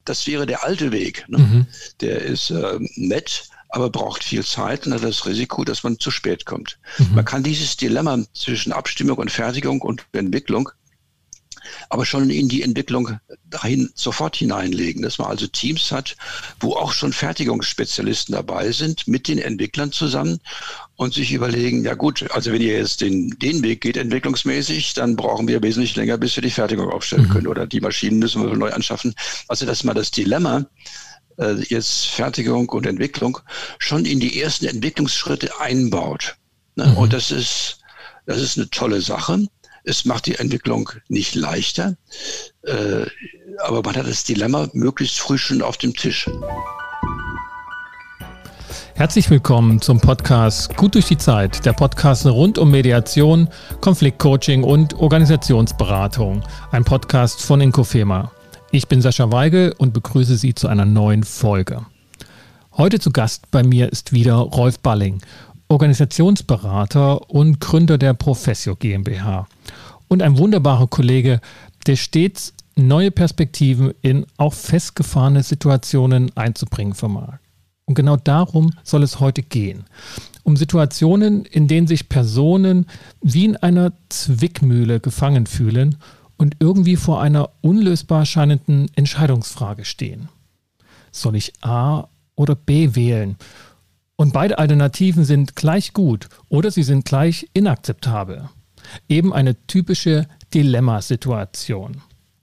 das wäre der alte Weg. Ne? Der ist nett, aber braucht viel Zeit und hat das Risiko, dass man zu spät kommt. Man kann dieses Dilemma zwischen Abstimmung und Fertigung und Entwicklung aber schon in die Entwicklung dahin sofort hineinlegen, dass man also Teams hat, wo auch schon Fertigungsspezialisten dabei sind, mit den Entwicklern zusammen und sich überlegen, ja gut, also wenn ihr jetzt den Weg geht entwicklungsmäßig, dann brauchen wir wesentlich länger, bis wir die Fertigung aufstellen können oder die Maschinen müssen wir neu anschaffen. Also dass man das Dilemma jetzt Fertigung und Entwicklung schon in die ersten Entwicklungsschritte einbaut. Ne? Und das ist eine tolle Sache. Es macht die Entwicklung nicht leichter, aber man hat das Dilemma möglichst früh schon auf dem Tisch. Herzlich willkommen zum Podcast Gut durch die Zeit, der Podcast rund um Mediation, Konfliktcoaching und Organisationsberatung. Ein Podcast von Inkofema. Ich bin Sascha Weigel und begrüße Sie zu einer neuen Folge. Heute zu Gast bei mir ist wieder Rolf Balling, Organisationsberater und Gründer der Professio GmbH. Und ein wunderbarer Kollege, der stets neue Perspektiven in auch festgefahrene Situationen einzubringen vermag. Und genau darum soll es heute gehen. Um Situationen, in denen sich Personen wie in einer Zwickmühle gefangen fühlen und irgendwie vor einer unlösbar scheinenden Entscheidungsfrage stehen. Soll ich A oder B wählen? Und beide Alternativen sind gleich gut oder sie sind gleich inakzeptabel. Eben eine typische Dilemmasituation.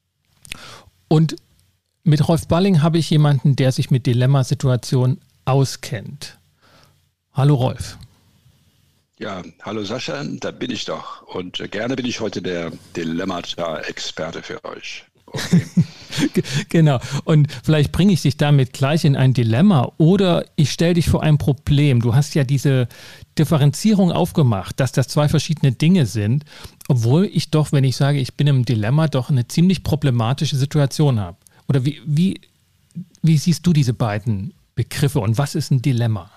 Und mit Rolf Balling habe ich jemanden, der sich mit Dilemmasituationen auskennt. Hallo Rolf. Ja, hallo Sascha, da bin ich doch. Und gerne bin ich heute der Dilemmata-Experte für euch. Okay. Genau. Und vielleicht bringe ich dich damit gleich in ein Dilemma oder ich stelle dich vor ein Problem. Du hast ja diese Differenzierung aufgemacht, dass das zwei verschiedene Dinge sind, obwohl ich doch, wenn ich sage, ich bin im Dilemma, doch eine ziemlich problematische Situation habe. Oder wie siehst du diese beiden Begriffe und was ist ein Dilemma?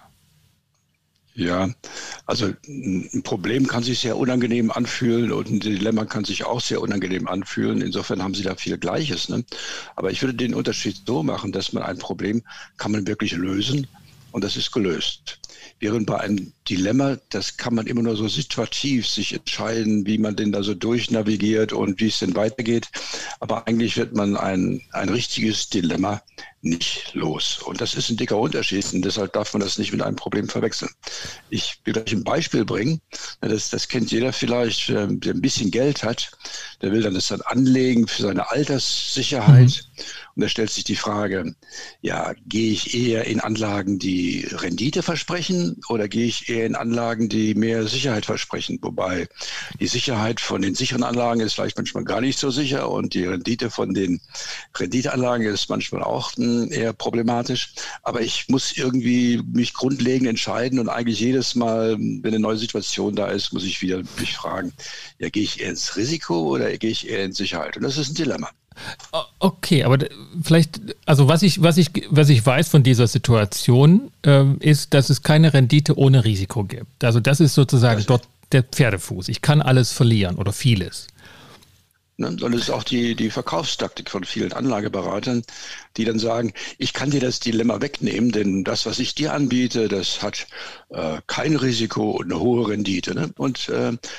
Ja, also ein Problem kann sich sehr unangenehm anfühlen und ein Dilemma kann sich auch sehr unangenehm anfühlen. Insofern haben sie da viel Gleiches. Ne? Aber ich würde den Unterschied so machen, dass man ein Problem kann man wirklich lösen und das ist gelöst. Während bei einem Dilemma, das kann man immer nur so situativ sich entscheiden, wie man denn da so durchnavigiert und wie es denn weitergeht. Aber eigentlich wird man ein richtiges Dilemma nicht los. Und das ist ein dicker Unterschied und deshalb darf man das nicht mit einem Problem verwechseln. Ich will gleich ein Beispiel bringen. Das kennt jeder vielleicht, der ein bisschen Geld hat. Der will das dann anlegen für seine Alterssicherheit. Und da stellt sich die Frage, ja, gehe ich eher in Anlagen, die Rendite versprechen oder gehe ich eher in Anlagen, die mehr Sicherheit versprechen? Wobei die Sicherheit von den sicheren Anlagen ist vielleicht manchmal gar nicht so sicher und die Rendite von den Renditeanlagen ist manchmal auch eher problematisch. Aber ich muss irgendwie mich grundlegend entscheiden und eigentlich jedes Mal, wenn eine neue Situation da ist, muss ich wieder mich fragen, ja, gehe ich eher ins Risiko oder gehe ich eher in Sicherheit? Und das ist ein Dilemma. Okay, aber vielleicht, also was ich weiß von dieser Situation, ist, dass es keine Rendite ohne Risiko gibt. Also das ist sozusagen dort der Pferdefuß. Ich kann alles verlieren oder vieles. Und das ist auch die Verkaufstaktik von vielen Anlageberatern, die dann sagen, ich kann dir das Dilemma wegnehmen, denn das, was ich dir anbiete, das hat kein Risiko und eine hohe Rendite. Ne? Und zu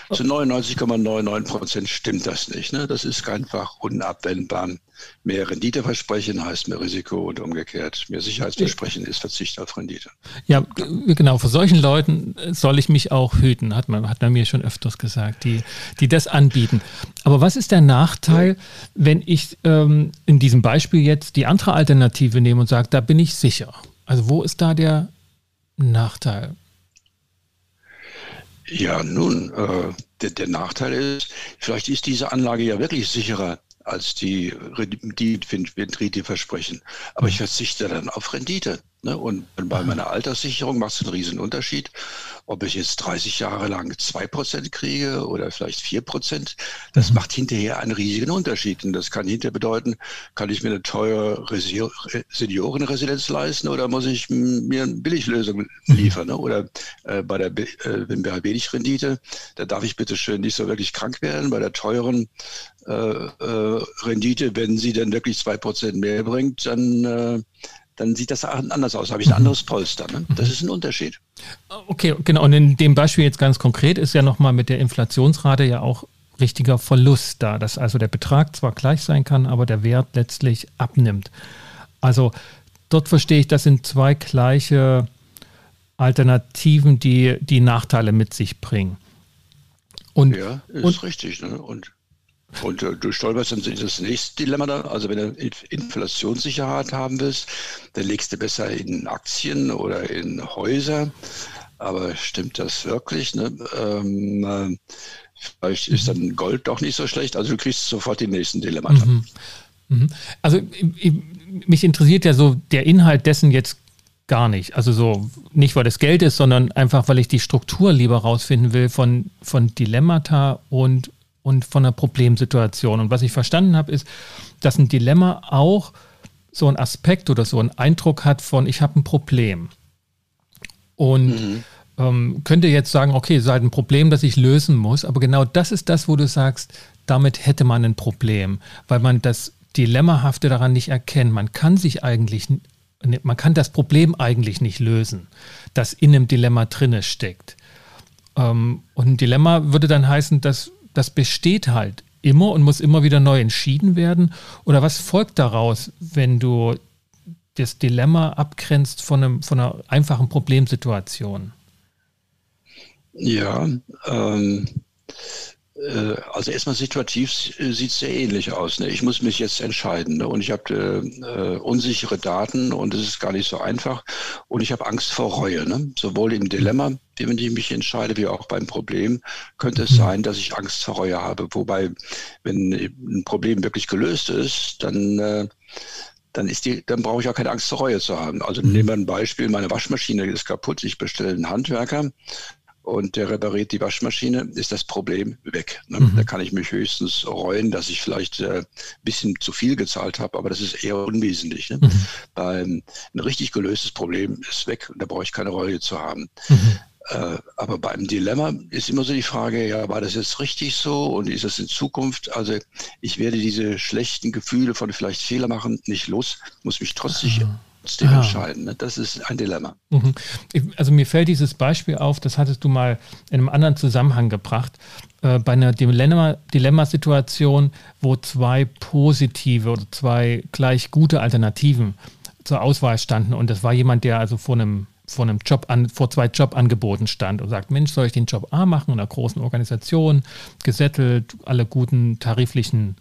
99,99% stimmt das nicht. Ne? Das ist einfach unabwendbar. Mehr Rendite versprechen heißt mehr Risiko und umgekehrt. Mehr Sicherheitsversprechen ist Verzicht auf Rendite. Ja, genau. Vor solchen Leuten soll ich mich auch hüten, hat man mir schon öfters gesagt, die das anbieten. Aber was ist der Nachteil, wenn ich in diesem Beispiel jetzt die andere Alternative nehme und sage, da bin ich sicher? Also wo ist da der Nachteil? Ja, nun, der Nachteil ist, vielleicht ist diese Anlage ja wirklich sicherer als die Rendite versprechen. Aber ich verzichte dann auf Rendite. Ne? Und bei meiner Alterssicherung macht es einen riesen Unterschied, ob ich jetzt 30 Jahre lang 2% kriege oder vielleicht 4%. Das macht hinterher einen riesigen Unterschied. Und das kann hinterher bedeuten, kann ich mir eine teure Seniorenresidenz leisten oder muss ich mir eine Billiglösung liefern? Ne? Oder bei der Billigrendite, da darf ich bitte schön nicht so wirklich krank werden. Bei der teuren Rendite, wenn sie dann wirklich 2% mehr bringt, dann sieht das anders aus. Habe ich ein anderes Polster. Ne? Das ist ein Unterschied. Okay, genau. Und in dem Beispiel jetzt ganz konkret ist ja nochmal mit der Inflationsrate ja auch richtiger Verlust da, dass also der Betrag zwar gleich sein kann, aber der Wert letztlich abnimmt. Also dort verstehe ich, das sind zwei gleiche Alternativen, die Nachteile mit sich bringen. Ja, ist richtig. Ne? Und du stolperst dann in das nächste Dilemma da. Also wenn du Inflationssicherheit haben willst, dann legst du besser in Aktien oder in Häuser. Aber stimmt das wirklich? Ne? Vielleicht ist dann Gold doch nicht so schlecht. Also du kriegst sofort die nächsten Dilemmata. Also mich interessiert ja so der Inhalt dessen jetzt gar nicht. Also so nicht, weil das Geld ist, sondern einfach, weil ich die Struktur lieber rausfinden will von Dilemmata und von einer Problemsituation. Und was ich verstanden habe, ist, dass ein Dilemma auch so einen Aspekt oder so einen Eindruck hat von, ich habe ein Problem. Und könnte jetzt sagen, okay, es ist halt ein Problem, das ich lösen muss. Aber genau das ist das, wo du sagst, damit hätte man ein Problem, weil man das Dilemmahafte daran nicht erkennt. Man kann das Problem eigentlich nicht lösen, das in einem Dilemma drinne steckt. Und ein Dilemma würde dann heißen, dass das besteht halt immer und muss immer wieder neu entschieden werden. Oder was folgt daraus, wenn du das Dilemma abgrenzt von einer einfachen Problemsituation? Ja, also erstmal situativ sieht es sehr ähnlich aus. Ne? Ich muss mich jetzt entscheiden, ne? Und ich habe unsichere Daten und es ist gar nicht so einfach und ich habe Angst vor Reue. Ne? Sowohl im Dilemma, wenn ich mich entscheide, wie auch beim Problem, könnte es sein, dass ich Angst vor Reue habe. Wobei, wenn ein Problem wirklich gelöst ist, dann brauche ich auch keine Angst vor Reue zu haben. Also nehmen wir ein Beispiel, meine Waschmaschine ist kaputt, ich bestelle einen Handwerker und der repariert die Waschmaschine, ist das Problem weg. Ne? Da kann ich mich höchstens reuen, dass ich vielleicht ein bisschen zu viel gezahlt habe, aber das ist eher unwesentlich. Ne? Ein richtig gelöstes Problem ist weg, da brauche ich keine Reue zu haben. Aber beim Dilemma ist immer so die Frage, ja, war das jetzt richtig so und ist das in Zukunft? Also ich werde diese schlechten Gefühle von vielleicht Fehler machen nicht los, muss mich trotzdem entscheiden. Ne? Das ist ein Dilemma. Also mir fällt dieses Beispiel auf, das hattest du mal in einem anderen Zusammenhang gebracht, bei einer Dilemmasituation, wo zwei positive oder zwei gleich gute Alternativen zur Auswahl standen und das war jemand, der also vor zwei Jobangeboten stand und sagt, Mensch, soll ich den Job A machen in einer großen Organisation, gesettelt, alle guten tariflichen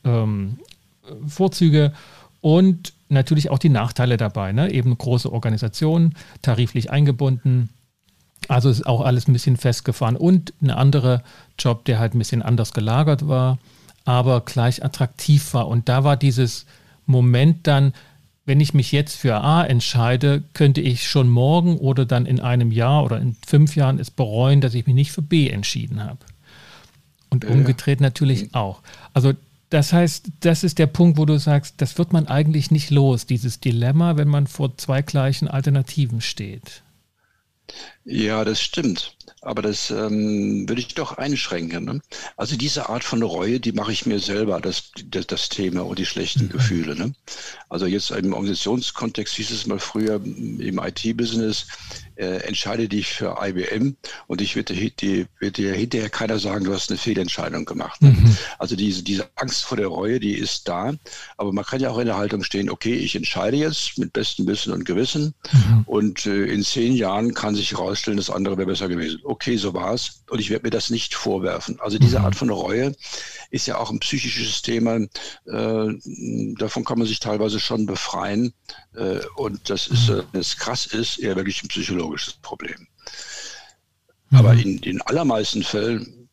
Vorzüge und natürlich auch die Nachteile dabei, ne? Eben große Organisation, tariflich eingebunden, also ist auch alles ein bisschen festgefahren und ein anderer Job, der halt ein bisschen anders gelagert war, aber gleich attraktiv war und da war dieses Moment dann, wenn ich mich jetzt für A entscheide, könnte ich schon morgen oder dann in einem Jahr oder in 5 Jahren es bereuen, dass ich mich nicht für B entschieden habe. Und umgedreht natürlich auch. Also das heißt, das ist der Punkt, wo du sagst, das wird man eigentlich nicht los, dieses Dilemma, wenn man vor zwei gleichen Alternativen steht. Ja, das stimmt. Aber das würde ich doch einschränken. Ne? Also diese Art von Reue, die mache ich mir selber, das Thema und die schlechten Gefühle. Ne? Also jetzt im Organisationskontext hieß es mal früher im IT-Business, entscheide dich für IBM und ich wird dir hinterher keiner sagen, du hast eine Fehlentscheidung gemacht. Ne? Also diese Angst vor der Reue, die ist da. Aber man kann ja auch in der Haltung stehen, okay, ich entscheide jetzt mit bestem Wissen und Gewissen und in 10 Jahren kann sich herausstellen, das andere wäre besser gewesen. Okay, so war es und ich werde mir das nicht vorwerfen. Also diese Art von Reue ist ja auch ein psychisches Thema. Davon kann man sich teilweise schon befreien und das ist, wenn es krass ist, eher wirklich ein psychologisches Problem. Aber in den allermeisten Fällen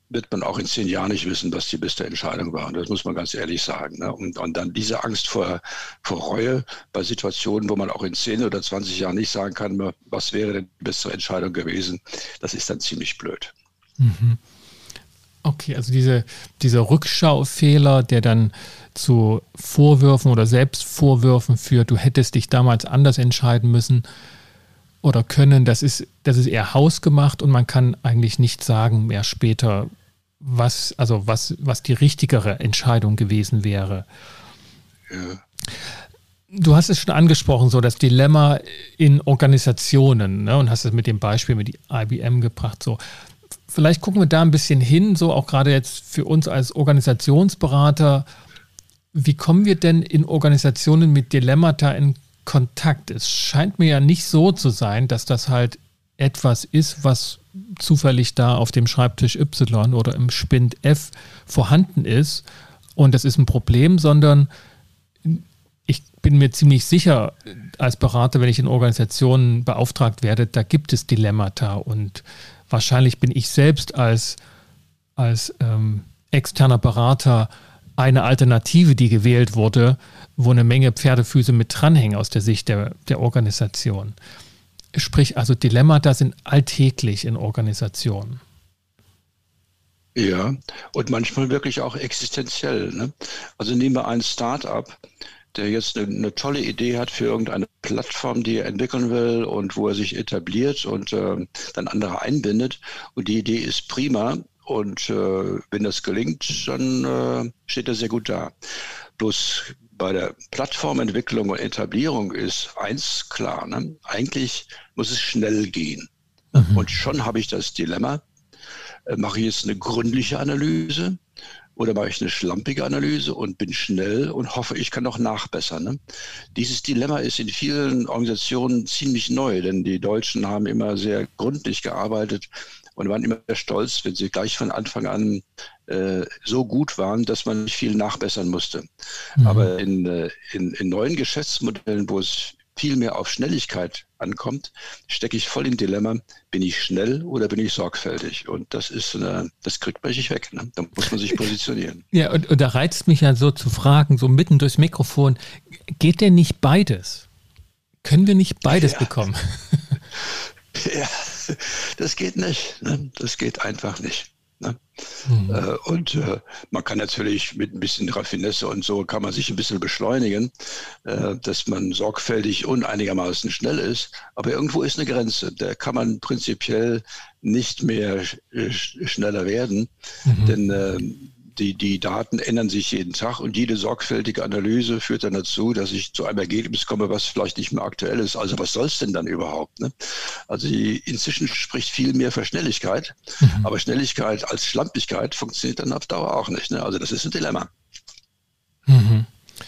wird man auch in 10 Jahren nicht wissen, was die beste Entscheidung war. Und das muss man ganz ehrlich sagen. Ne? Und dann diese Angst vor Reue bei Situationen, wo man auch in 10 oder 20 Jahren nicht sagen kann, was wäre denn die bessere Entscheidung gewesen, das ist dann ziemlich blöd. Mhm. Okay, also dieser Rückschaufehler, der dann zu Vorwürfen oder Selbstvorwürfen führt, du hättest dich damals anders entscheiden müssen oder können, das ist eher hausgemacht und man kann eigentlich nicht sagen mehr später, was die richtigere Entscheidung gewesen wäre. Ja. Du hast es schon angesprochen, so das Dilemma in Organisationen, ne, und hast es mit dem Beispiel mit IBM gebracht, so. Vielleicht gucken wir da ein bisschen hin, so auch gerade jetzt für uns als Organisationsberater. Wie kommen wir denn in Organisationen mit Dilemmata in Kontakt? Es scheint mir ja nicht so zu sein, dass das halt etwas ist, was zufällig da auf dem Schreibtisch Y oder im Spind F vorhanden ist und das ist ein Problem, sondern ich bin mir ziemlich sicher als Berater, wenn ich in Organisationen beauftragt werde, da gibt es Dilemmata und wahrscheinlich bin ich selbst als externer Berater eine Alternative, die gewählt wurde, wo eine Menge Pferdefüße mit dranhängen aus der Sicht der Organisation. Sprich, also Dilemmata sind alltäglich in Organisationen. Ja, und manchmal wirklich auch existenziell. Ne? Also nehmen wir ein Start-up, der jetzt eine tolle Idee hat für irgendeine Plattform, die er entwickeln will und wo er sich etabliert und dann andere einbindet. Und die Idee ist prima. Und wenn das gelingt, dann steht er sehr gut da. Bloß bei der Plattformentwicklung und Etablierung ist eins klar, ne? Eigentlich muss es schnell gehen. Mhm. Und schon habe ich das Dilemma, mache ich jetzt eine gründliche Analyse oder mache ich eine schlampige Analyse und bin schnell und hoffe, ich kann noch nachbessern. Ne? Dieses Dilemma ist in vielen Organisationen ziemlich neu, denn die Deutschen haben immer sehr gründlich gearbeitet und waren immer stolz, wenn sie gleich von Anfang an so gut waren, dass man nicht viel nachbessern musste. Mhm. Aber in neuen Geschäftsmodellen, wo es viel mehr auf Schnelligkeit ankommt, stecke ich voll im Dilemma, bin ich schnell oder bin ich sorgfältig? Und das kriegt man nicht weg. Ne? Da muss man sich positionieren. Ja, und da reizt mich ja so zu fragen, so mitten durchs Mikrofon, geht denn nicht beides? Können wir nicht beides bekommen? Ja, das geht nicht. Ne? Das geht einfach nicht. Ne? Und man kann natürlich mit ein bisschen Raffinesse und so kann man sich ein bisschen beschleunigen, dass man sorgfältig und einigermaßen schnell ist. Aber irgendwo ist eine Grenze. Da kann man prinzipiell nicht mehr schneller werden, denn die Daten ändern sich jeden Tag und jede sorgfältige Analyse führt dann dazu, dass ich zu einem Ergebnis komme, was vielleicht nicht mehr aktuell ist. Also was soll es denn dann überhaupt? Ne? Also inzwischen spricht viel mehr für Schnelligkeit, aber Schnelligkeit als Schlampigkeit funktioniert dann auf Dauer auch nicht. Ne? Also das ist ein Dilemma. Mhm.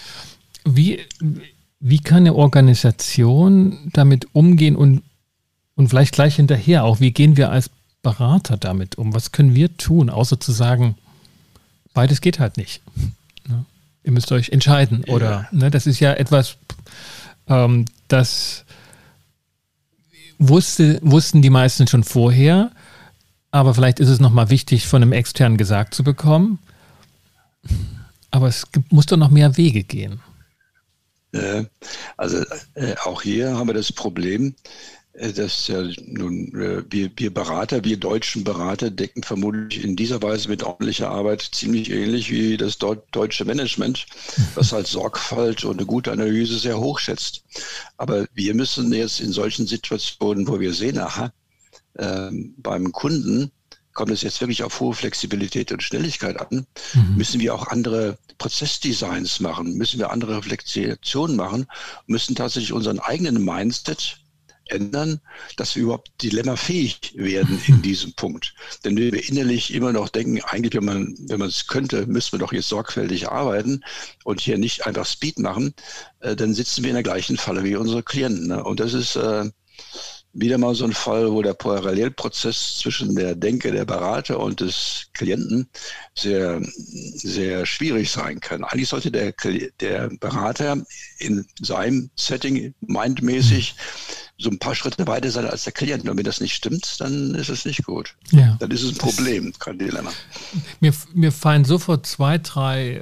Wie kann eine Organisation damit umgehen und vielleicht gleich hinterher auch, wie gehen wir als Berater damit um? Was können wir tun, außer zu sagen, beides geht halt nicht. Ne? Ihr müsst euch entscheiden. Ja. Oder ne, das ist ja etwas, das wussten die meisten schon vorher, aber vielleicht ist es nochmal wichtig, von einem Externen gesagt zu bekommen. Aber es muss doch noch mehr Wege gehen. Also auch hier haben wir das Problem, dass ja nun wir deutschen Berater decken vermutlich in dieser Weise mit ordentlicher Arbeit ziemlich ähnlich wie das deutsche Management, was halt Sorgfalt und eine gute Analyse sehr hoch schätzt. Aber wir müssen jetzt in solchen Situationen, wo wir sehen, beim Kunden kommt es jetzt wirklich auf hohe Flexibilität und Schnelligkeit an, müssen wir auch andere Prozessdesigns machen, müssen wir andere Reflexionen machen, müssen tatsächlich unseren eigenen Mindset ändern, dass wir überhaupt dilemmafähig werden in diesem Punkt. Denn wenn wir innerlich immer noch denken, eigentlich, wenn man es könnte, müssen wir doch jetzt sorgfältig arbeiten und hier nicht einfach Speed machen, dann sitzen wir in der gleichen Falle wie unsere Klienten. Ne? Und das ist wieder mal so ein Fall, wo der Parallelprozess zwischen der Denke der Berater und des Klienten sehr, sehr schwierig sein kann. Eigentlich sollte der Berater in seinem Setting mindmäßig so ein paar Schritte weiter sein als der Klient. Und wenn das nicht stimmt, dann ist es nicht gut. Ja. Dann ist es ein Problem, kein Dilemma. Mir fallen sofort 2, 3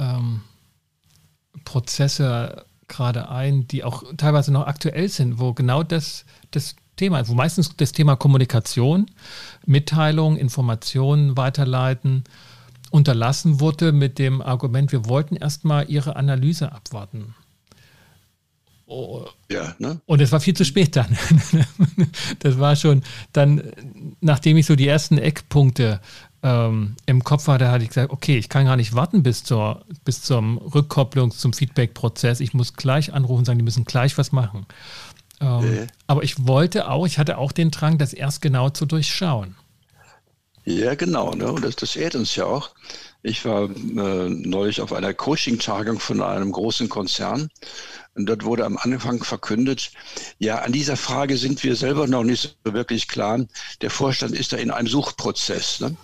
Prozesse gerade ein, die auch teilweise noch aktuell sind, wo genau das Thema, wo meistens das Thema Kommunikation, Mitteilung, Informationen weiterleiten unterlassen wurde mit dem Argument, wir wollten erstmal Ihre Analyse abwarten. Oh. Ja, ne? Und es war viel zu spät dann. Das war schon dann, nachdem ich so die ersten Eckpunkte im Kopf hatte, hatte ich gesagt, okay, ich kann gar nicht warten bis zur Rückkopplung, zum Feedback-Prozess. Ich muss gleich anrufen und sagen, die müssen gleich was machen. Aber ich hatte auch den Drang, das erst genau zu durchschauen. Ja, genau. Ne? Und das ehrt uns ja auch. Ich war neulich auf einer Coaching-Tagung von einem großen Konzern. Und dort wurde am Anfang verkündet, ja, an dieser Frage sind wir selber noch nicht so wirklich klar. Der Vorstand ist da in einem Suchprozess. Ne?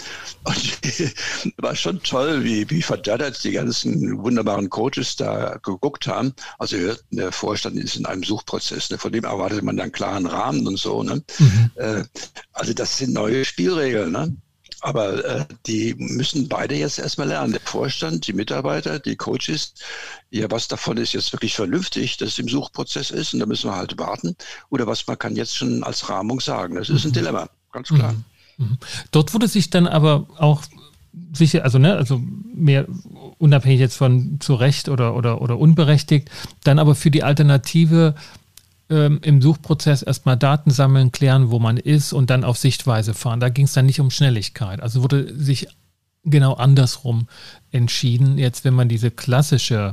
Und war schon toll, wie verdattert die ganzen wunderbaren Coaches da geguckt haben. Also der Vorstand ist in einem Suchprozess. Ne? Von dem erwartet man dann einen klaren Rahmen und so. Ne? Also das sind neue Spielregeln. Ne? Aber die müssen beide jetzt erstmal lernen. Der Vorstand, die Mitarbeiter, die Coaches, ja, was davon ist jetzt wirklich vernünftig, dass es im Suchprozess ist und da müssen wir halt warten. Oder was man kann jetzt schon als Rahmung sagen. Das ist ein Dilemma, ganz klar. Dort wurde sich dann aber auch sicher, also mehr unabhängig jetzt von zu Recht oder unberechtigt, dann aber für die Alternative im Suchprozess erstmal Daten sammeln, klären, wo man ist und dann auf Sichtweise fahren. Da ging es dann nicht um Schnelligkeit. Also wurde sich genau andersrum entschieden. Jetzt, wenn man diese klassische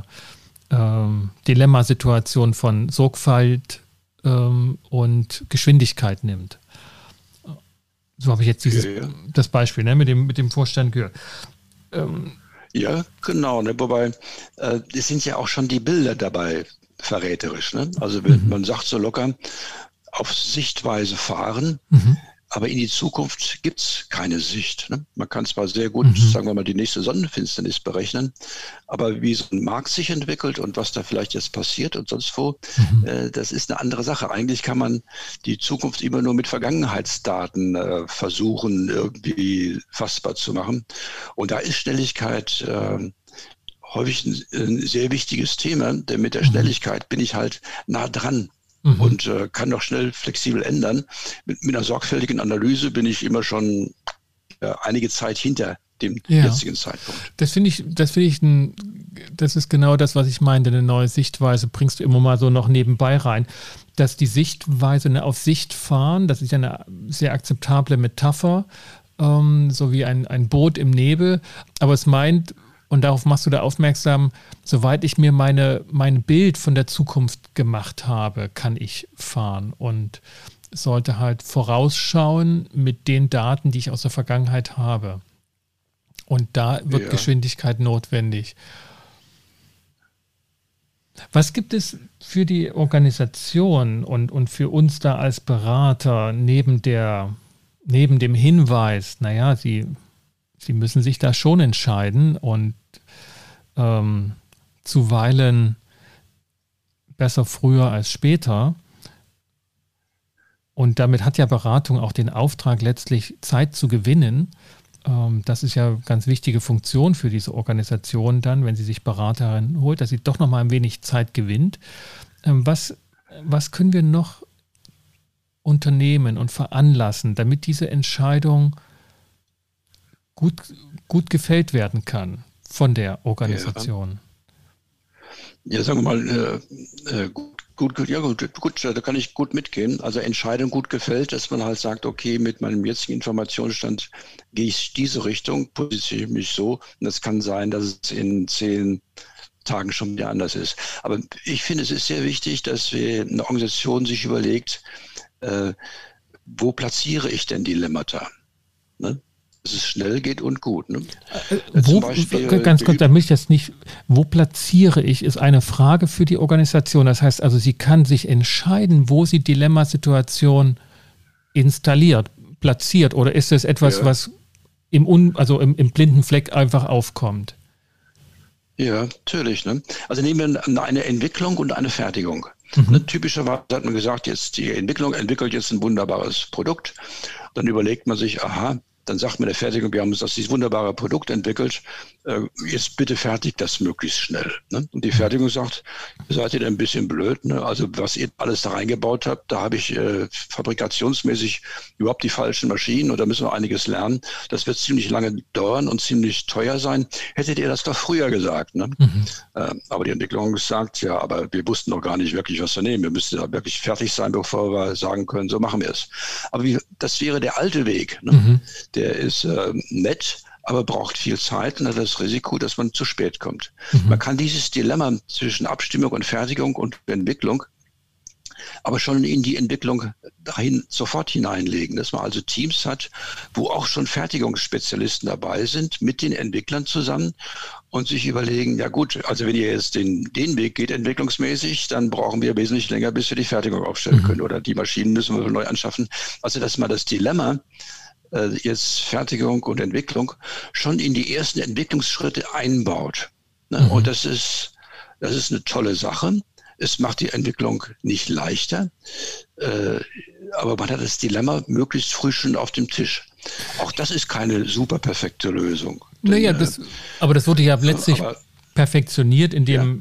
Dilemmasituation von Sorgfalt und Geschwindigkeit nimmt. So habe ich jetzt das Beispiel mit dem Vorstand gehört. Ja, genau. Ne? Wobei, es sind ja auch schon die Bilder dabei verräterisch. Ne? Also man sagt so locker, auf Sichtweise fahren, aber in die Zukunft gibt es keine Sicht. Ne? Man kann zwar sehr gut, sagen wir mal, die nächste Sonnenfinsternis berechnen, aber wie so ein Markt sich entwickelt und was da vielleicht jetzt passiert und sonst wo, das ist eine andere Sache. Eigentlich kann man die Zukunft immer nur mit Vergangenheitsdaten versuchen, irgendwie fassbar zu machen. Und da ist Schnelligkeit häufig ein sehr wichtiges Thema, denn mit der Schnelligkeit bin ich halt nah dran und kann doch schnell flexibel ändern. Mit einer sorgfältigen Analyse bin ich immer schon einige Zeit hinter dem jetzigen Zeitpunkt. Das ist genau das, was ich meinte, eine neue Sichtweise bringst du immer mal so noch nebenbei rein. Dass die Sichtweise auf Sicht fahren, das ist ja eine sehr akzeptable Metapher, so wie ein Boot im Nebel, aber es meint, und darauf machst du da aufmerksam, soweit ich mir mein Bild von der Zukunft gemacht habe, kann ich fahren und sollte halt vorausschauen mit den Daten, die ich aus der Vergangenheit habe. Und da wird Geschwindigkeit notwendig. Was gibt es für die Organisation und für uns da als Berater neben dem Hinweis, naja, Sie müssen sich da schon entscheiden und zuweilen besser früher als später. Und damit hat ja Beratung auch den Auftrag, letztlich Zeit zu gewinnen. Das ist ja eine ganz wichtige Funktion für diese Organisation dann, wenn sie sich Beraterin holt, dass sie doch noch mal ein wenig Zeit gewinnt. Was können wir noch unternehmen und veranlassen, damit diese Entscheidung gut gefällt werden kann von der Organisation? Ja, sagen wir mal, gut, da kann ich gut mitgehen. Also Entscheidung gut gefällt, dass man halt sagt, okay, mit meinem jetzigen Informationsstand gehe ich diese Richtung, positioniere mich so. Und es kann sein, dass es in 10 Tagen schon wieder anders ist. Aber ich finde, es ist sehr wichtig, dass eine Organisation sich überlegt, wo platziere ich denn Dilemmata? Ne? Dass es schnell geht und gut. Ne? Ganz kurz, damit ich das nicht, wo platziere ich, ist eine Frage für die Organisation. Das heißt also, sie kann sich entscheiden, wo sie Dilemmasituation platziert, oder ist es etwas, was im blinden Fleck einfach aufkommt? Ja, natürlich. Ne? Also nehmen wir eine Entwicklung und eine Fertigung. Mhm. Ne, typischerweise hat man gesagt, jetzt die Entwicklung entwickelt jetzt ein wunderbares Produkt. Dann überlegt man sich, aha, dann sagt man der Fertigung, wir haben uns dieses wunderbare Produkt entwickelt, jetzt bitte fertigt das möglichst schnell. Ne? Und die Fertigung sagt, seid ihr denn ein bisschen blöd? Ne? Also was ihr alles da reingebaut habt, da habe ich fabrikationsmäßig überhaupt die falschen Maschinen oder müssen wir einiges lernen. Das wird ziemlich lange dauern und ziemlich teuer sein. Hättet ihr das doch früher gesagt. Ne? Mhm. Aber die Entwicklung sagt, ja, aber wir wussten noch gar nicht wirklich, was wir nehmen. Wir müssten da wirklich fertig sein, bevor wir sagen können, so machen wir es. Aber das wäre der alte Weg. Ne? Mhm. Der ist nett, aber braucht viel Zeit und hat das Risiko, dass man zu spät kommt. Mhm. Man kann dieses Dilemma zwischen Abstimmung und Fertigung und Entwicklung aber schon in die Entwicklung dahin sofort hineinlegen, dass man also Teams hat, wo auch schon Fertigungsspezialisten dabei sind, mit den Entwicklern zusammen und sich überlegen, ja gut, also wenn ihr jetzt den Weg geht entwicklungsmäßig, dann brauchen wir wesentlich länger, bis wir die Fertigung aufstellen können oder die Maschinen müssen wir neu anschaffen. Also dass man das Dilemma jetzt Fertigung und Entwicklung schon in die ersten Entwicklungsschritte einbaut. Ne? Und das ist eine tolle Sache. Es macht die Entwicklung nicht leichter, aber man hat das Dilemma möglichst früh schon auf dem Tisch. Auch das ist keine super perfekte Lösung. Naja, aber das wurde ja letztlich perfektioniert,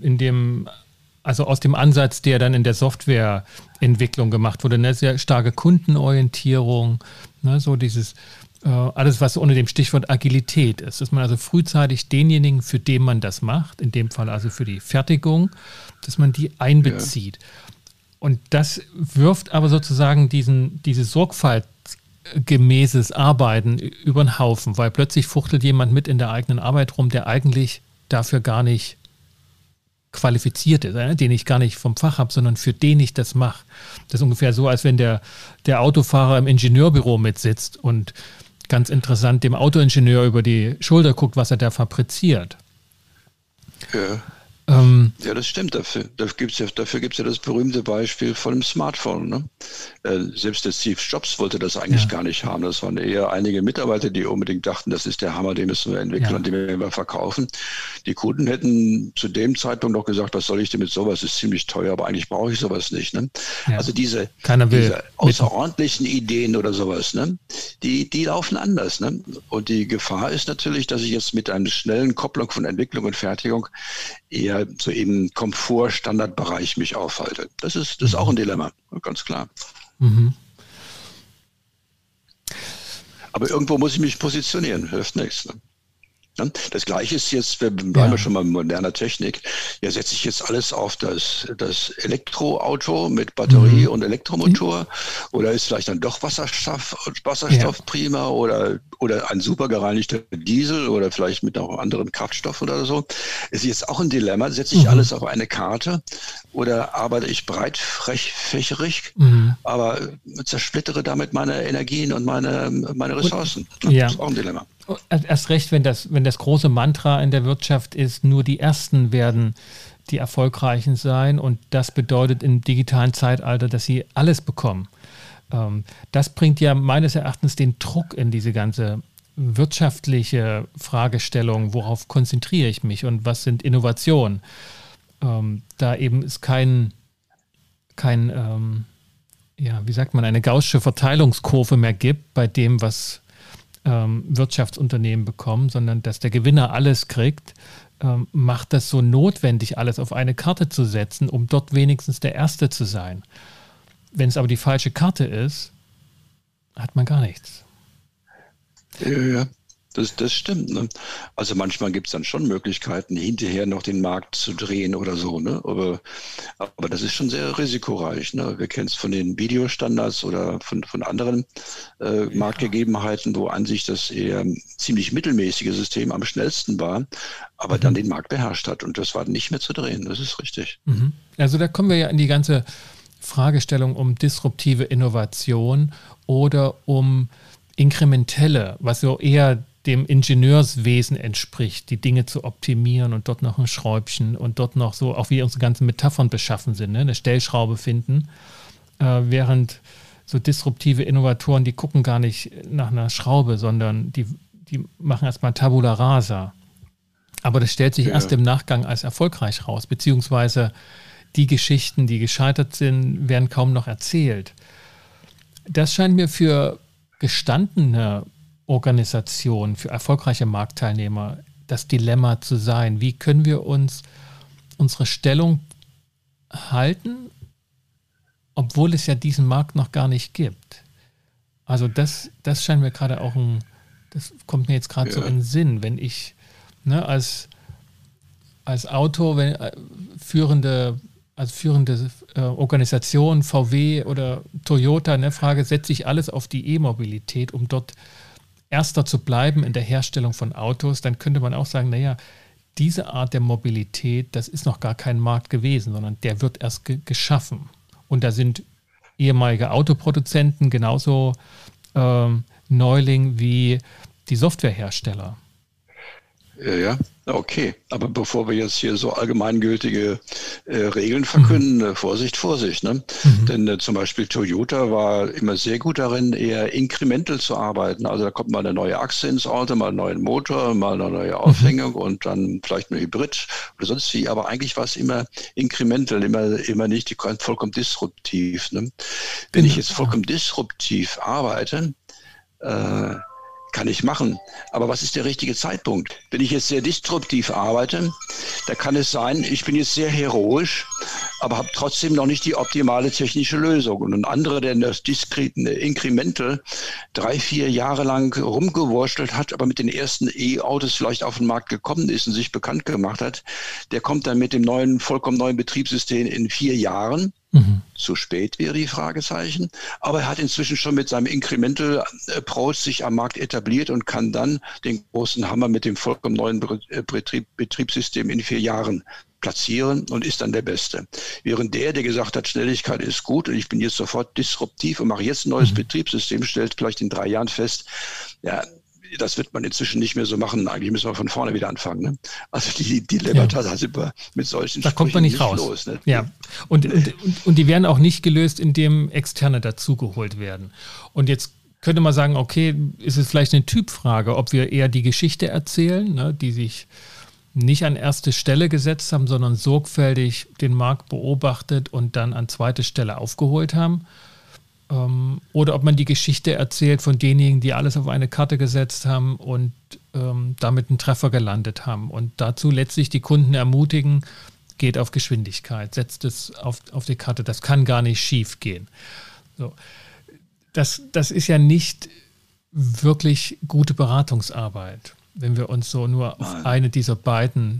also aus dem Ansatz, der dann in der Softwareentwicklung gemacht wurde. Eine sehr starke Kundenorientierung, ne, so dieses alles, was unter dem Stichwort Agilität ist, dass man also frühzeitig denjenigen, für den man das macht, in dem Fall also für die Fertigung, dass man die einbezieht. Ja. Und das wirft aber sozusagen diese sorgfaltsgemäßes Arbeiten über den Haufen, weil plötzlich fuchtelt jemand mit in der eigenen Arbeit rum, der eigentlich dafür gar nicht qualifiziert ist, den ich gar nicht vom Fach habe, sondern für den ich das mache. Das ist ungefähr so, als wenn der Autofahrer im Ingenieurbüro mitsitzt und ganz interessant dem Autoingenieur über die Schulter guckt, was er da fabriziert. Ja. Ja, das stimmt. Dafür gibt's ja das berühmte Beispiel von dem Smartphone. Ne? Selbst der Steve Jobs wollte das eigentlich gar nicht haben. Das waren eher einige Mitarbeiter, die unbedingt dachten, das ist der Hammer, den müssen wir entwickeln und den werden wir verkaufen. Die Kunden hätten zu dem Zeitpunkt noch gesagt, was soll ich denn mit sowas, ist ziemlich teuer, aber eigentlich brauche ich sowas nicht. Ne? Ja. Also diese außerordentlichen Ideen oder sowas, ne? die laufen anders. Ne? Und die Gefahr ist natürlich, dass ich jetzt mit einer schnellen Kopplung von Entwicklung und Fertigung eher so im Komfort-Standardbereich mich aufhalte. Das ist auch ein Dilemma, ganz klar. Mhm. Aber irgendwo muss ich mich positionieren, hilft nichts. Ne? Das Gleiche ist jetzt, wir bleiben schon mal mit moderner Technik, ja, setze ich jetzt alles auf das Elektroauto mit Batterie und Elektromotor oder ist vielleicht dann doch Wasserstoff prima oder ein super gereinigter Diesel oder vielleicht mit noch anderen Kraftstoff oder so. Ist jetzt auch ein Dilemma, setze ich alles auf eine Karte oder arbeite ich breitfächerig, aber zersplittere damit meine Energien und meine Ressourcen. Das ist auch ein Dilemma. Erst recht, wenn das große Mantra in der Wirtschaft ist, nur die Ersten werden die Erfolgreichen sein und das bedeutet im digitalen Zeitalter, dass sie alles bekommen. Das bringt ja meines Erachtens den Druck in diese ganze wirtschaftliche Fragestellung, worauf konzentriere ich mich und was sind Innovationen. Da eben es eine gaußsche Verteilungskurve mehr gibt bei dem, was Wirtschaftsunternehmen bekommen, sondern dass der Gewinner alles kriegt, macht das so notwendig, alles auf eine Karte zu setzen, um dort wenigstens der Erste zu sein. Wenn es aber die falsche Karte ist, hat man gar nichts. Ja, das stimmt. Ne? Also manchmal gibt es dann schon Möglichkeiten, hinterher noch den Markt zu drehen oder so. Ne? Aber das ist schon sehr risikoreich. Ne? Wir kennen es von den Videostandards oder von anderen Marktgegebenheiten, wo an sich das eher ziemlich mittelmäßige System am schnellsten war, aber dann den Markt beherrscht hat. Und das war nicht mehr zu drehen. Das ist richtig. Also da kommen wir ja in die ganze Fragestellung um disruptive Innovation oder um inkrementelle, was so eher dem Ingenieurswesen entspricht, die Dinge zu optimieren und dort noch ein Schräubchen und dort noch so, auch wie unsere ganzen Metaphern beschaffen sind, ne? Eine Stellschraube finden, während so disruptive Innovatoren, die gucken gar nicht nach einer Schraube, sondern die machen erstmal Tabula Rasa. Aber das stellt sich erst im Nachgang als erfolgreich raus, beziehungsweise die Geschichten, die gescheitert sind, werden kaum noch erzählt. Das scheint mir für gestandene Organisationen, für erfolgreiche Marktteilnehmer das Dilemma zu sein. Wie können wir uns unsere Stellung halten, obwohl es ja diesen Markt noch gar nicht gibt? Also das scheint mir gerade auch das kommt mir jetzt gerade so in den Sinn, wenn ich als Autor, führende Organisation, VW oder Toyota, frage, setze ich alles auf die E-Mobilität, um dort Erster zu bleiben in der Herstellung von Autos, dann könnte man auch sagen, diese Art der Mobilität, das ist noch gar kein Markt gewesen, sondern der wird erst geschaffen. Und da sind ehemalige Autoproduzenten genauso Neuling wie die Softwarehersteller. Ja, okay. Aber bevor wir jetzt hier so allgemeingültige Regeln verkünden, Vorsicht. Ne? Denn zum Beispiel Toyota war immer sehr gut darin, eher inkremental zu arbeiten. Also da kommt mal eine neue Achse ins Auto, mal einen neuen Motor, mal eine neue Aufhängung und dann vielleicht ein Hybrid oder sonst wie. Aber eigentlich war es immer inkremental, immer nicht vollkommen disruptiv. Ne? Wenn ich jetzt vollkommen disruptiv arbeite, kann ich machen. Aber was ist der richtige Zeitpunkt? Wenn ich jetzt sehr disruptiv arbeite, da kann es sein, ich bin jetzt sehr heroisch, aber habe trotzdem noch nicht die optimale technische Lösung. Und ein anderer, der das diskrete Incremental 3-4 Jahre lang rumgewurschtelt hat, aber mit den ersten E-Autos vielleicht auf den Markt gekommen ist und sich bekannt gemacht hat, der kommt dann mit dem vollkommen neuen Betriebssystem in 4 Jahren. Zu spät wäre die Fragezeichen. Aber er hat inzwischen schon mit seinem Incremental Approach sich am Markt etabliert und kann dann den großen Hammer mit dem vollkommen neuen Betriebssystem in 4 Jahren platzieren und ist dann der Beste. Während der gesagt hat, Schnelligkeit ist gut und ich bin jetzt sofort disruptiv und mache jetzt ein neues Betriebssystem, stellt vielleicht in 3 Jahren fest, das wird man inzwischen nicht mehr so machen. Eigentlich müssen wir von vorne wieder anfangen. Ne? Also die Dilemmata sind wir mit solchen da kommt man nicht raus. Los, ne? Ja. Und die werden auch nicht gelöst, indem Externe dazugeholt werden. Und jetzt könnte man sagen, okay, ist es vielleicht eine Typfrage, ob wir eher die Geschichte erzählen, ne, die sich nicht an erste Stelle gesetzt haben, sondern sorgfältig den Markt beobachtet und dann an zweite Stelle aufgeholt haben. Oder ob man die Geschichte erzählt von denjenigen, die alles auf eine Karte gesetzt haben und damit einen Treffer gelandet haben. Und dazu letztlich die Kunden ermutigen, geht auf Geschwindigkeit, setzt es auf die Karte. Das kann gar nicht schief gehen. So. Das ist ja nicht wirklich gute Beratungsarbeit, wenn wir uns so nur auf eine dieser beiden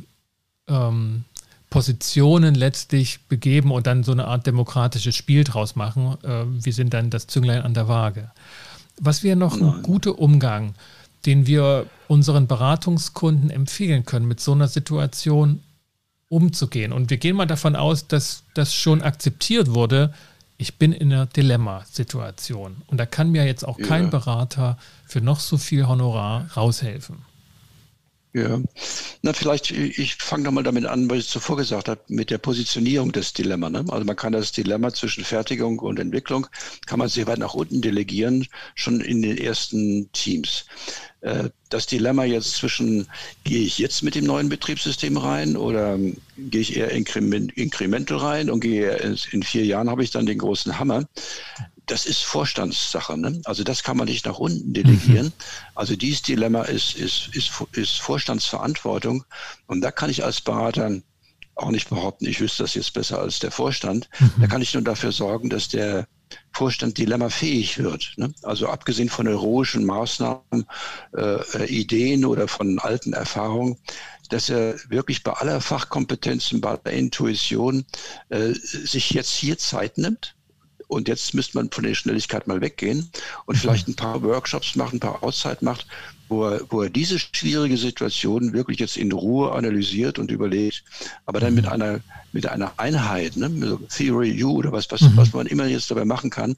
Positionen letztlich begeben und dann so eine Art demokratisches Spiel draus machen. Wir sind dann das Zünglein an der Waage. Was wäre noch ein guter Umgang, den wir unseren Beratungskunden empfehlen können, mit so einer Situation umzugehen? Und wir gehen mal davon aus, dass das schon akzeptiert wurde. Ich bin in einer Dilemmasituation und da kann mir jetzt auch kein Berater für noch so viel Honorar raushelfen. Ja, vielleicht, ich fange nochmal damit an, was ich zuvor gesagt habe, mit der Positionierung des Dilemma. Ne? Also man kann das Dilemma zwischen Fertigung und Entwicklung, kann man sehr weit nach unten delegieren, schon in den ersten Teams. Das Dilemma jetzt zwischen, gehe ich jetzt mit dem neuen Betriebssystem rein oder gehe ich eher incremental rein und gehe in 4 Jahren habe ich dann den großen Hammer. Das ist Vorstandssache, ne? Also das kann man nicht nach unten delegieren. Also dieses Dilemma ist Vorstandsverantwortung. Und da kann ich als Berater auch nicht behaupten, ich wüsste das jetzt besser als der Vorstand. Da kann ich nur dafür sorgen, dass der Vorstand dilemmafähig wird. Ne? Also abgesehen von heroischen Maßnahmen, Ideen oder von alten Erfahrungen, dass er wirklich bei aller Fachkompetenz und bei aller Intuition sich jetzt hier Zeit nimmt. Und jetzt müsste man von der Schnelligkeit mal weggehen und vielleicht ein paar Workshops machen, ein paar Auszeit macht, wo er diese schwierige Situation wirklich jetzt in Ruhe analysiert und überlegt, aber dann mit einer Einheit, ne, Theory U oder was man immer jetzt dabei machen kann,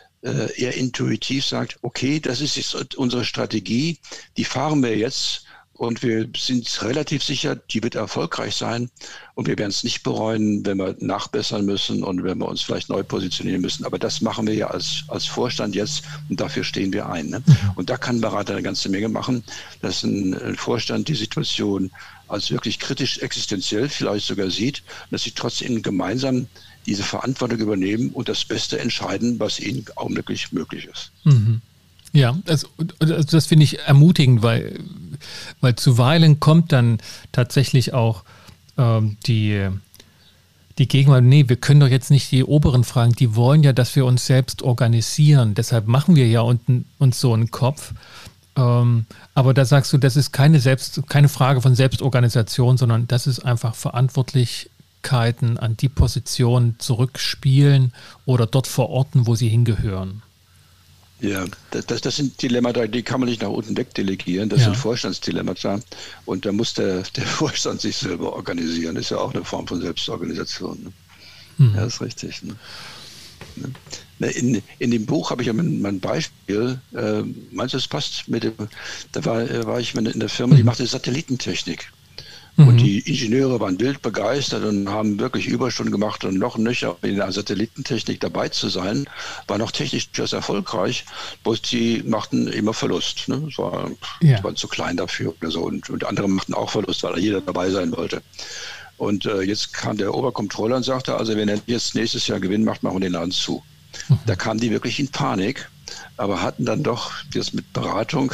eher intuitiv sagt, okay, das ist jetzt unsere Strategie, die fahren wir jetzt Und wir sind relativ sicher, die wird erfolgreich sein. Und wir werden es nicht bereuen, wenn wir nachbessern müssen und wenn wir uns vielleicht neu positionieren müssen. Aber das machen wir ja als Vorstand jetzt und dafür stehen wir ein. Ne? Und da kann ein Berater eine ganze Menge machen, dass ein Vorstand die Situation als wirklich kritisch existenziell vielleicht sogar sieht, dass sie trotzdem gemeinsam diese Verantwortung übernehmen und das Beste entscheiden, was ihnen augenblicklich möglich ist. Mhm. Ja, das finde ich ermutigend, weil zuweilen kommt dann tatsächlich auch die Gegenwart, nee, wir können doch jetzt nicht die Oberen fragen, die wollen ja, dass wir uns selbst organisieren, deshalb machen wir ja uns so einen Kopf. Aber da sagst du, das ist keine Frage von Selbstorganisation, sondern das ist einfach Verantwortlichkeiten an die Position zurückspielen oder dort verorten, wo sie hingehören. Ja, das sind Dilemmata, die kann man nicht nach unten wegdelegieren. Das sind Vorstandsdilemmata. Und da muss der Vorstand sich selber organisieren. Das ist ja auch eine Form von Selbstorganisation. Ne? Ja, das ist richtig. Ne? In dem Buch habe ich ja mein Beispiel, meinst du, das passt? Da war ich in der Firma, die machte Satellitentechnik. Und die Ingenieure waren wild begeistert und haben wirklich Überstunden gemacht und noch nöcher in der Satellitentechnik dabei zu sein. War noch technisch durchaus erfolgreich, bloß die machten immer Verlust. Ne? Die waren zu klein dafür oder so. Und andere machten auch Verlust, weil da jeder dabei sein wollte. Und jetzt kam der Obercontroller und sagte, also wenn er jetzt nächstes Jahr Gewinn macht, machen wir den Laden zu. Da kamen die wirklich in Panik, aber hatten dann doch das mit Beratung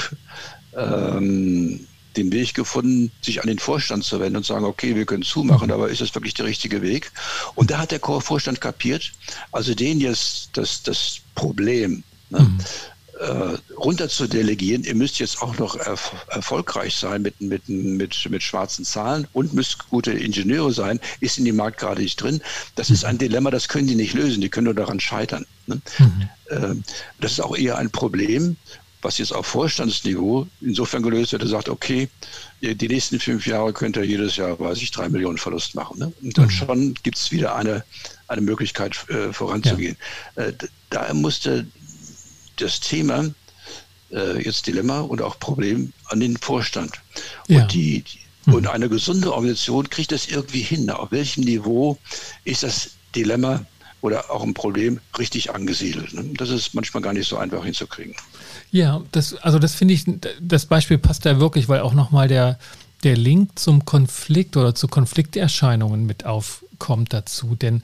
den Weg gefunden, sich an den Vorstand zu wenden und sagen, okay, wir können zumachen, aber ist das wirklich der richtige Weg? Und da hat der Vorstand kapiert, also denen jetzt das Problem runter zu delegieren, ihr müsst jetzt auch noch erfolgreich sein mit schwarzen Zahlen und müsst gute Ingenieure sein, ist in dem Markt gerade nicht drin. Das ist ein Dilemma, das können die nicht lösen, die können nur daran scheitern. Ne? Das ist auch eher ein Problem, was jetzt auf Vorstandsniveau insofern gelöst wird, er sagt, okay, die nächsten 5 Jahre könnt ihr jedes Jahr, 3 Millionen Verlust machen. Ne? Und dann schon gibt es wieder eine Möglichkeit voranzugehen. Ja. Da musste das Thema, jetzt Dilemma und auch Problem, an den Vorstand. Ja. Und eine gesunde Organisation kriegt das irgendwie hin. Auf welchem Niveau ist das Dilemma oder auch ein Problem richtig angesiedelt? Ne? Das ist manchmal gar nicht so einfach hinzukriegen. Ja, das finde ich, das Beispiel passt da wirklich, weil auch nochmal der Link zum Konflikt oder zu Konflikterscheinungen mit aufkommt dazu. Denn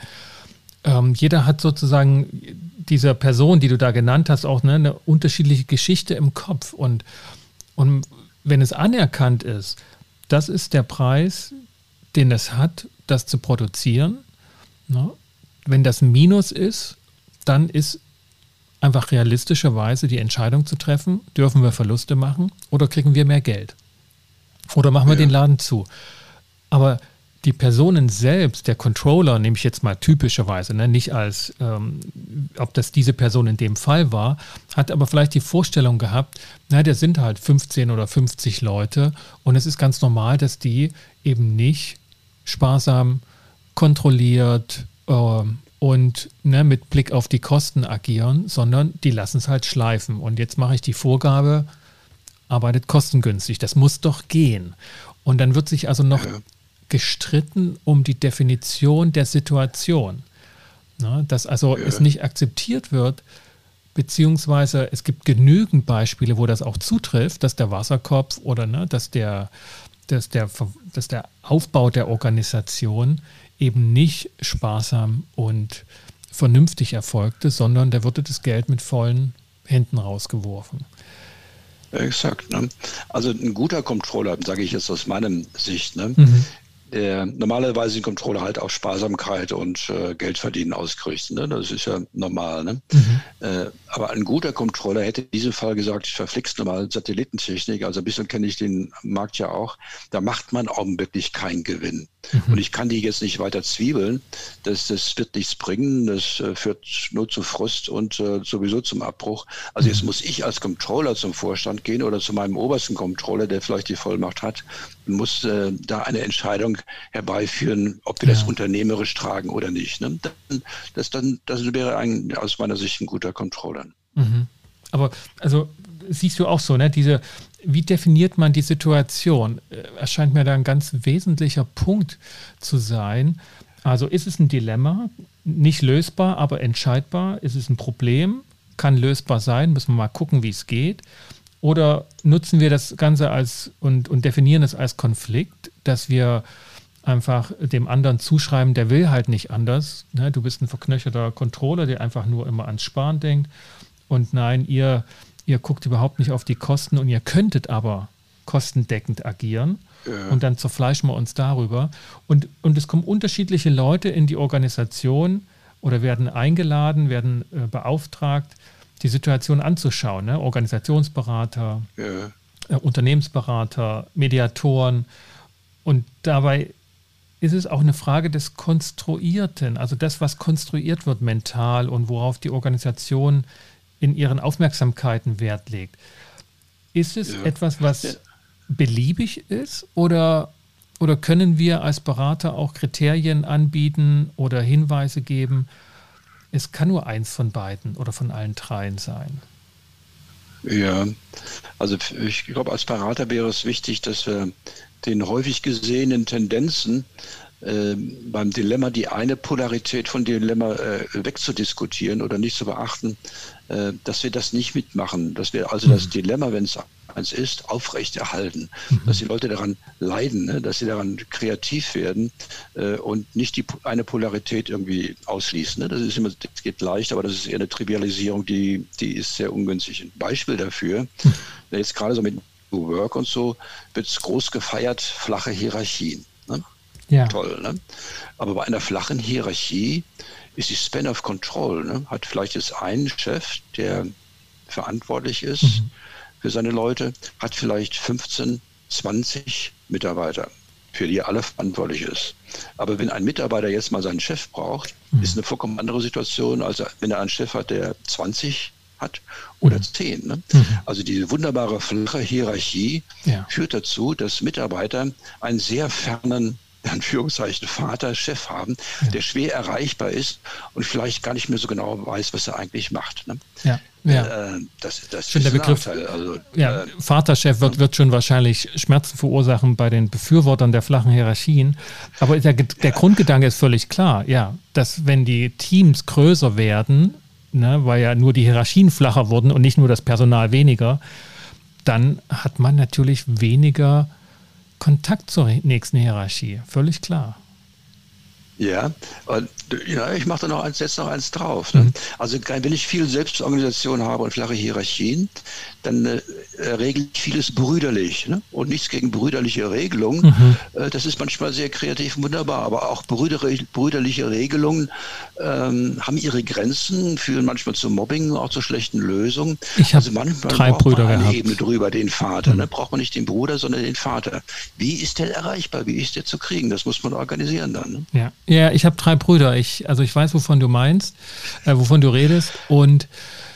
jeder hat sozusagen dieser Person, die du da genannt hast, auch eine unterschiedliche Geschichte im Kopf. Und wenn es anerkannt ist, das ist der Preis, den es hat, das zu produzieren. Ne? Wenn das ein Minus ist, dann ist einfach realistischerweise die Entscheidung zu treffen, dürfen wir Verluste machen oder kriegen wir mehr Geld? Oder machen wir den Laden zu? Aber die Personen selbst, der Controller, nehme ich jetzt mal typischerweise, ne, nicht als, ob das diese Person in dem Fall war, hat aber vielleicht die Vorstellung gehabt, der sind halt 15 oder 50 Leute und es ist ganz normal, dass die eben nicht sparsam, kontrolliert und mit Blick auf die Kosten agieren, sondern die lassen es halt schleifen. Und jetzt mache ich die Vorgabe, arbeitet kostengünstig. Das muss doch gehen. Und dann wird sich also noch gestritten um die Definition der Situation. Dass also es nicht akzeptiert wird, beziehungsweise es gibt genügend Beispiele, wo das auch zutrifft, dass der Wasserkopf oder dass der Aufbau der Organisation eben nicht sparsam und vernünftig erfolgte, sondern da wurde das Geld mit vollen Händen rausgeworfen. Exakt. Ne? Also ein guter Controller, sage ich jetzt aus meiner Sicht, ne? Der normalerweise den Controller halt auf Sparsamkeit und Geld verdienen ausgerichtet. Ne? Das ist ja normal. Ne? Aber ein guter Controller hätte in diesem Fall gesagt, ich verflixt normal Satellitentechnik, also ein bisschen kenne ich den Markt ja auch, da macht man augenblicklich keinen Gewinn. Und ich kann die jetzt nicht weiter zwiebeln, das wird nichts bringen, das führt nur zu Frust und sowieso zum Abbruch. Also jetzt muss ich als Controller zum Vorstand gehen oder zu meinem obersten Controller, der vielleicht die Vollmacht hat, und muss da eine Entscheidung herbeiführen, ob wir das unternehmerisch tragen oder nicht. Ne? Das wäre aus meiner Sicht ein guter Controller. Aber also siehst du auch so, ne? Wie definiert man die Situation? Erscheint mir da ein ganz wesentlicher Punkt zu sein. Also ist es ein Dilemma, nicht lösbar, aber entscheidbar? Ist es ein Problem? Kann lösbar sein? Müssen wir mal gucken, wie es geht. Oder nutzen wir das Ganze und definieren es als Konflikt, dass wir einfach dem anderen zuschreiben, der will halt nicht anders. Ne? Du bist ein verknöcherter Controller, der einfach nur immer ans Sparen denkt. Und nein, ihr guckt überhaupt nicht auf die Kosten und ihr könntet aber kostendeckend agieren. Ja. Und dann zerfleischen wir uns darüber. Und es kommen unterschiedliche Leute in die Organisation oder werden eingeladen, werden beauftragt, die Situation anzuschauen. Ne? Organisationsberater, Unternehmensberater, Mediatoren. Und dabei ist es auch eine Frage des Konstruierten, also das, was konstruiert wird mental und worauf die Organisation in ihren Aufmerksamkeiten Wert legt. Ist es etwas, was beliebig ist oder können wir als Berater auch Kriterien anbieten oder Hinweise geben? Es kann nur eins von beiden oder von allen dreien sein. Ja, also ich glaube, als Berater wäre es wichtig, dass wir den häufig gesehenen Tendenzen beim Dilemma die eine Polarität von Dilemma wegzudiskutieren oder nicht zu beachten, dass wir das nicht mitmachen, dass wir also das Dilemma, wenn es eins ist, aufrechterhalten, dass die Leute daran leiden, ne? Dass sie daran kreativ werden und nicht eine Polarität irgendwie ausschließen. Ne? Das geht leicht, aber das ist eher eine Trivialisierung, die ist sehr ungünstig. Ein Beispiel dafür, jetzt gerade so mit New Work und so, wird es groß gefeiert, flache Hierarchien. Ne? Ja. Toll, ne? Aber bei einer flachen Hierarchie ist die Span of Control, ne? Hat vielleicht jetzt einen Chef, der verantwortlich ist für seine Leute, hat vielleicht 15, 20 Mitarbeiter, für die er alle verantwortlich ist. Aber wenn ein Mitarbeiter jetzt mal seinen Chef braucht, ist eine vollkommen andere Situation, als wenn er einen Chef hat, der 20 hat oder 10. Ne? Also diese wunderbare flache Hierarchie führt dazu, dass Mitarbeiter einen sehr fernen, in Anführungszeichen, Vater, Chef haben, der schwer erreichbar ist und vielleicht gar nicht mehr so genau weiß, was er eigentlich macht. Ne? Das ist der Begriff. Also, Vaterchef wird schon wahrscheinlich Schmerzen verursachen bei den Befürwortern der flachen Hierarchien. Aber der Grundgedanke ist völlig klar, dass wenn die Teams größer werden, ne, weil ja nur die Hierarchien flacher wurden und nicht nur das Personal weniger, dann hat man natürlich weniger Kontakt zur nächsten Hierarchie. Völlig klar. Ja, ich mache da noch eins drauf. Ne? Also wenn ich viel Selbstorganisation habe und flache Hierarchien, dann regle ich vieles brüderlich. Ne? Und nichts gegen brüderliche Regelungen. Das ist manchmal sehr kreativ und wunderbar, aber auch brüderliche Regelungen haben ihre Grenzen, führen manchmal zu Mobbing, auch zu schlechten Lösungen. Ich habe manchmal 3 Brüder gehabt. Eine Ebene drüber, den Vater. Ne? Braucht man nicht den Bruder, sondern den Vater. Wie ist der erreichbar? Wie ist der zu kriegen? Das muss man organisieren dann. Ne? Ja, ich habe 3 Brüder. Ich weiß, wovon du meinst, wovon du redest. Und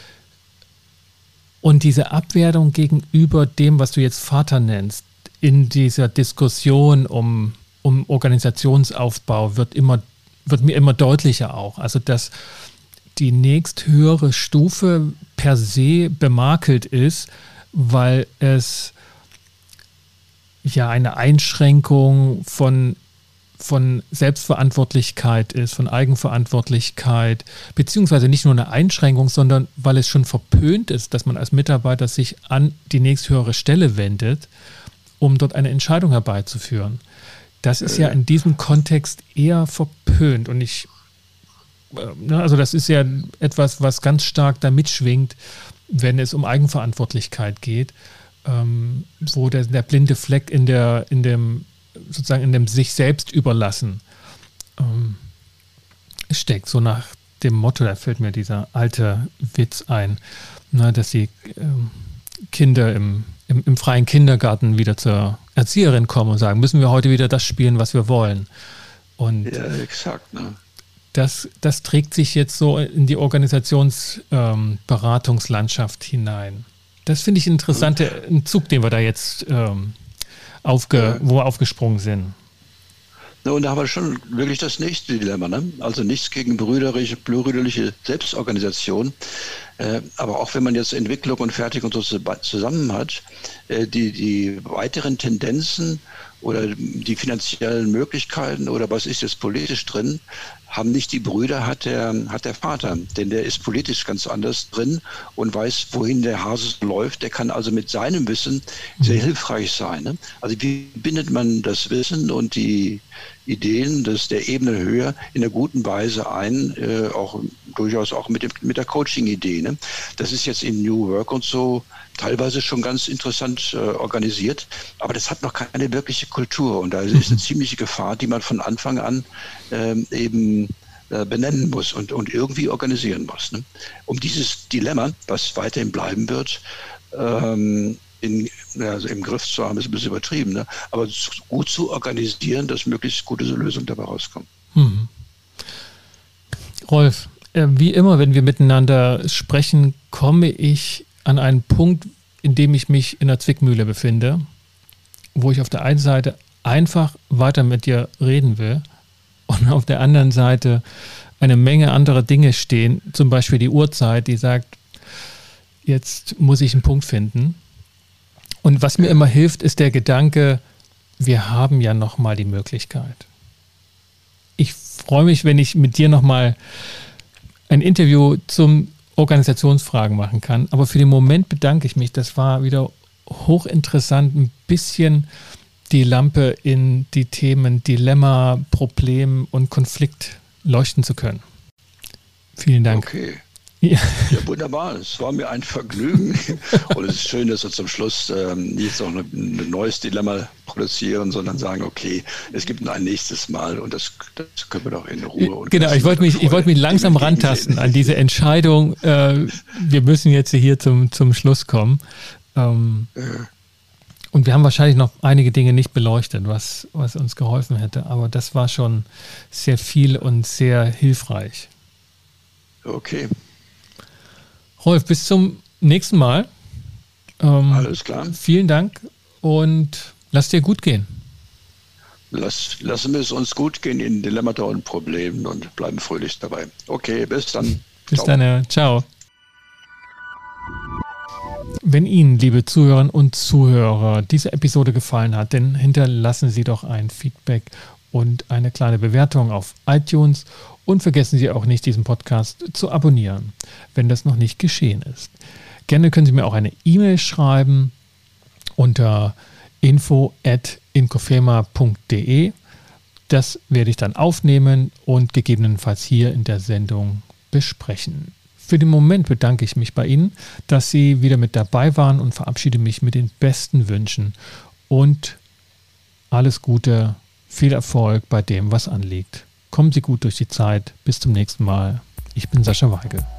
diese Abwertung gegenüber dem, was du jetzt Vater nennst, in dieser Diskussion um Organisationsaufbau wird mir immer deutlicher auch. Also, dass die nächsthöhere Stufe per se bemakelt ist, weil es eine Einschränkung von Selbstverantwortlichkeit ist, von Eigenverantwortlichkeit, beziehungsweise nicht nur eine Einschränkung, sondern weil es schon verpönt ist, dass man als Mitarbeiter sich an die nächsthöhere Stelle wendet, um dort eine Entscheidung herbeizuführen. Das ist ja in diesem Kontext eher verpönt und also das ist ja etwas, was ganz stark da mitschwingt, wenn es um Eigenverantwortlichkeit geht, wo der blinde Fleck in dem sich selbst überlassen steckt. So nach dem Motto, da fällt mir dieser alte Witz ein, dass die Kinder im freien Kindergarten wieder zur Erzieherin kommen und sagen, müssen wir heute wieder das spielen, was wir wollen. Und exakt. Ne? Das trägt sich jetzt so in die Organisationsberatungslandschaft hinein. Das finde ich ein Zug, den wir da jetzt wo wir aufgesprungen sind. Und da haben wir schon wirklich das nächste Dilemma. Ne? Also nichts gegen brüderliche Selbstorganisation. Aber auch wenn man jetzt Entwicklung und Fertigung so zusammen hat, die weiteren Tendenzen oder die finanziellen Möglichkeiten oder was ist jetzt politisch drin, haben nicht die Brüder, hat der Vater. Denn der ist politisch ganz anders drin und weiß, wohin der Hase läuft. Der kann also mit seinem Wissen sehr hilfreich sein. Ne? Also wie bindet man das Wissen und die Ideen der Ebene höher in einer guten Weise ein, auch durchaus auch mit der Coaching-Idee. Ne? Das ist jetzt in New Work und so teilweise schon ganz interessant organisiert, aber das hat noch keine wirkliche Kultur und da ist eine ziemliche Gefahr, die man von Anfang an eben benennen muss und irgendwie organisieren muss. Ne? Um dieses Dilemma, was weiterhin bleiben wird, also im Griff zu haben, ist ein bisschen übertrieben, ne? Aber gut zu organisieren, dass möglichst gute Lösungen dabei rauskommen. Rolf, wie immer, wenn wir miteinander sprechen, komme ich an einen Punkt, in dem ich mich in der Zwickmühle befinde, wo ich auf der einen Seite einfach weiter mit dir reden will und auf der anderen Seite eine Menge anderer Dinge stehen, zum Beispiel die Uhrzeit, die sagt, jetzt muss ich einen Punkt finden. Und was mir immer hilft, ist der Gedanke, wir haben ja nochmal die Möglichkeit. Ich freue mich, wenn ich mit dir nochmal ein Interview zum Organisationsfragen machen kann. Aber für den Moment bedanke ich mich. Das war wieder hochinteressant, ein bisschen die Lampe in die Themen Dilemma, Problem und Konflikt leuchten zu können. Vielen Dank. Okay. Ja, wunderbar. Es war mir ein Vergnügen. Und es ist schön, dass wir zum Schluss nicht noch ein neues Dilemma produzieren, sondern sagen, okay, es gibt ein nächstes Mal und das können wir doch in Ruhe. Und genau, ich wollte mich langsam rantasten an diese Entscheidung. Wir müssen jetzt hier zum Schluss kommen. Und wir haben wahrscheinlich noch einige Dinge nicht beleuchtet, was uns geholfen hätte. Aber das war schon sehr viel und sehr hilfreich. Okay. Rolf, bis zum nächsten Mal. Alles klar. Vielen Dank und lass dir gut gehen. Lassen wir es uns gut gehen in Dilemmata und Problemen und bleiben fröhlich dabei. Okay, bis dann. Bis dann. Ciao. Wenn Ihnen, liebe Zuhörerinnen und Zuhörer, diese Episode gefallen hat, dann hinterlassen Sie doch ein Feedback und eine kleine Bewertung auf iTunes. Und vergessen Sie auch nicht, diesen Podcast zu abonnieren, wenn das noch nicht geschehen ist. Gerne können Sie mir auch eine E-Mail schreiben unter info@incofema.de. Das werde ich dann aufnehmen und gegebenenfalls hier in der Sendung besprechen. Für den Moment bedanke ich mich bei Ihnen, dass Sie wieder mit dabei waren und verabschiede mich mit den besten Wünschen und alles Gute, viel Erfolg bei dem, was anliegt. Kommen Sie gut durch die Zeit. Bis zum nächsten Mal. Ich bin Sascha Weigel.